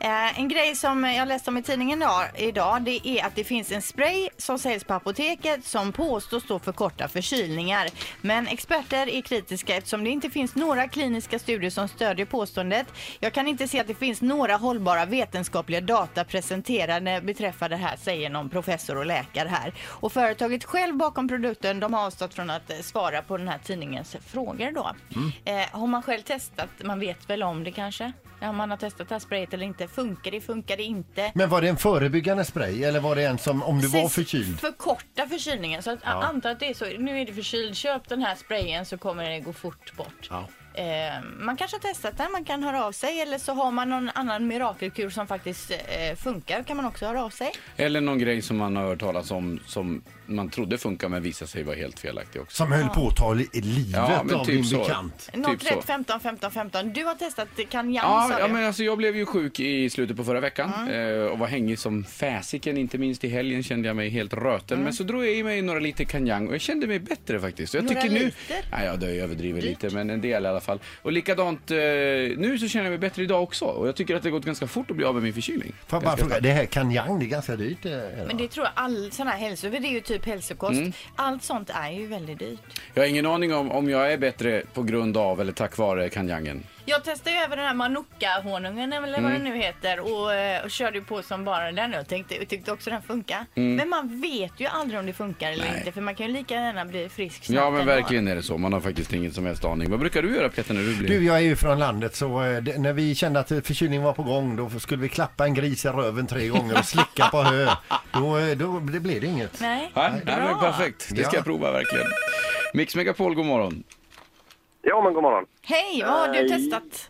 En grej som jag läste om i tidningen idag, det är att det finns en spray som säljs på apoteket som påstås stå för korta förkylningar. Men experter är kritiska eftersom det inte finns några kliniska studier som stödjer påståendet. Jag kan inte se att det finns några hållbara vetenskapliga data presenterade beträffande det här, säger någon professor och läkare här. Och företaget själv bakom produkten, de har avstått från att svara på den här tidningens frågor då. Har man själv testat, man vet väl om det kanske? Ja, man har testat det här sprayet eller inte. Funkar det inte? Men var det en förebyggande spray eller var det en som om du var förkyld? Förkorta förkylningen. Så att jag antar att det är så. Nu är det förkyld. Köp den här sprayen så kommer det gå fort bort. Ja. Man kanske har testat den, man kan höra av sig. Eller så har man någon annan mirakelkur som faktiskt funkar, kan man också höra av sig. Eller någon grej som man har hört talas om som man trodde funkar men visade sig vara helt felaktig också. Som höll på att ta livet av typ din bekant. 031 15 15 15. Du har testat kanjang, ja, men alltså jag blev ju sjuk i slutet på förra veckan och var hängig som fäsiken, inte minst i helgen kände jag mig helt röten. Men så drog jag i mig några liter kanjang och jag kände mig bättre faktiskt. Jag tycker nu, ja, det överdriver lite, men en del i alla fall. Och likadant nu så känner jag mig bättre idag också. Och jag tycker att det gått ganska fort att bli av med min förkylning. Får bara fråga, det här kanjang, det är ganska dyrt. Men det tror jag all sån här hälso, det är ju typ hälsokost. Allt sånt är ju väldigt dyrt. Jag har ingen aning om jag är bättre på grund av eller tack vare kanjangen. Jag testade över den här Manuka-honungen eller vad det nu heter och körde på som bara den och tyckte också den funkar. Men man vet ju aldrig om det funkar eller inte, för man kan ju lika gärna bli frisk snabbt. Ja, men verkligen är det så. Man har faktiskt ingen som helst aning. Vad brukar du göra, Peter, när du blir... Du, jag är ju från landet, så när vi kände att förkylning var på gång, då skulle vi klappa en gris i röven 3 gånger och slicka på hö. Då det blev det inget. Nej, men perfekt. Det ska jag prova verkligen. Mix Megapol, god morgon. Ja, men god morgon. Hej, vad har du testat?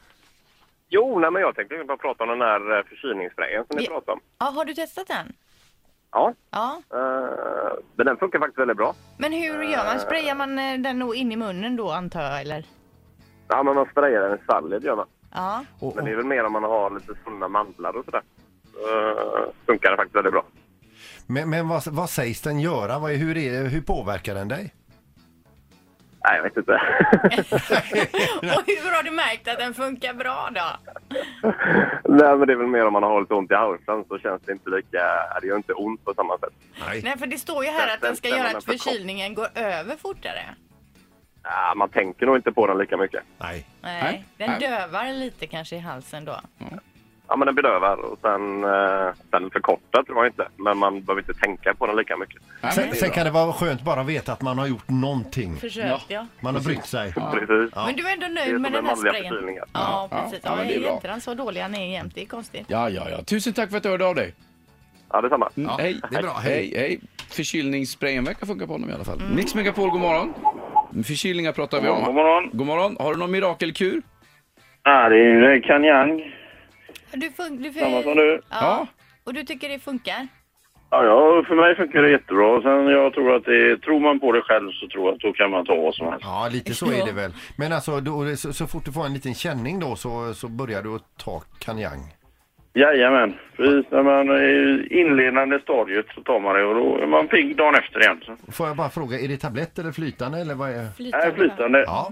Jo, men jag tänkte bara prata om den här förkylningssprayen som ni pratade om. Ja, har du testat den? Ja. Ja. Men den funkar faktiskt väldigt bra. Men hur gör man? Sprayar man den nog in i munnen då, antar jag, eller? Ja, men man sprayar den i stallet, gör man. Ja. Men det är väl mer om man har lite sådana mandlar och sådär. Funkar det faktiskt väldigt bra. Men vad sägs den göra? Hur påverkar den dig? Nej, jag vet inte. Och hur har du märkt att den funkar bra då? Nej, men det är väl mer om man har lite ont i halsen så känns det inte lika... Det gör inte ont på samma sätt. Nej, för det står ju här att den ska göra att förkylningen går över fortare. Ja, man tänker nog inte på den lika mycket. Nej. Den dövar lite kanske i halsen då. Ja, men den bedövar och sen förkortar tror jag inte. Men man behöver inte tänka på den lika mycket. Sen kan det vara skönt bara att veta att man har gjort någonting. Försökt, ja. Man har brytt sig. Ja. Precis. Ja. Men du är ändå nöjd med den här sprayen? Ja, precis. Ja, men det är bra. Inte den så dålig han är jämt, det är konstigt. Ja. Tusen tack för att du hörde av dig. Ja, detsamma. Hej. Det är bra. Hej. Förkylningssprayen verkar funka på honom i alla fall. Mix Megapol, god morgon. Förkylningar pratar vi om. God morgon. God morgon. Har du någon mirakelkur? Ja, det är kanjang. Samma som du. Ja. Och du tycker det funkar? Ja, för mig funkar det jättebra. Sen jag tror att tror man på det själv så tror jag att då kan man ta vad som helst. Ja, lite så är det väl. Men alltså, så fort du får en liten känning då så börjar du att ta kanjang. Jajamän, precis. När man är i inledande stadiet så tar man det och då är man pigg dagen efter igen. Så. Får jag bara fråga, är det tablett eller flytande eller vad är? Flytande. Ja.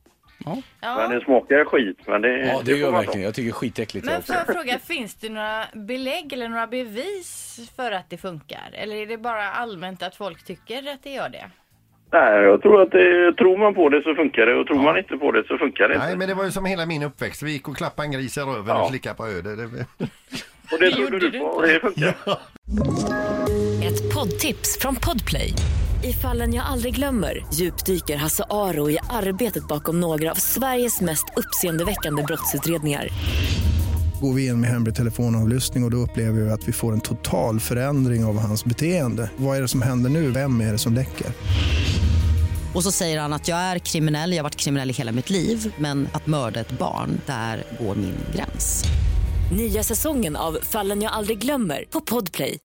Men det smakar skit. Men det gör verkligen. Jag tycker skitäckligt. Men får jag fråga, finns det några belägg eller några bevis för att det funkar? Eller är det bara allmänt att folk tycker att det gör det? Nej, jag tror att tror man på det så funkar det och tror man inte på det så funkar det inte. Nej, men det var ju som hela min uppväxt. Vi gick och klappade en gris i röven och slickade på öde. Och det trodde du på och det funkar. Ett poddtips från Podplay. I Fallen jag aldrig glömmer djupdyker Hasse Aro i arbetet bakom några av Sveriges mest uppseendeväckande brottsutredningar. Går vi in med hemlig telefonavlyssning och då upplever vi att vi får en total förändring av hans beteende. Vad är det som händer nu? Vem är det som läcker? Och så säger han att jag är kriminell, jag har varit kriminell i hela mitt liv. Men att mörda ett barn, där går min gräns. Nya säsongen av Fallen jag aldrig glömmer på Podplay.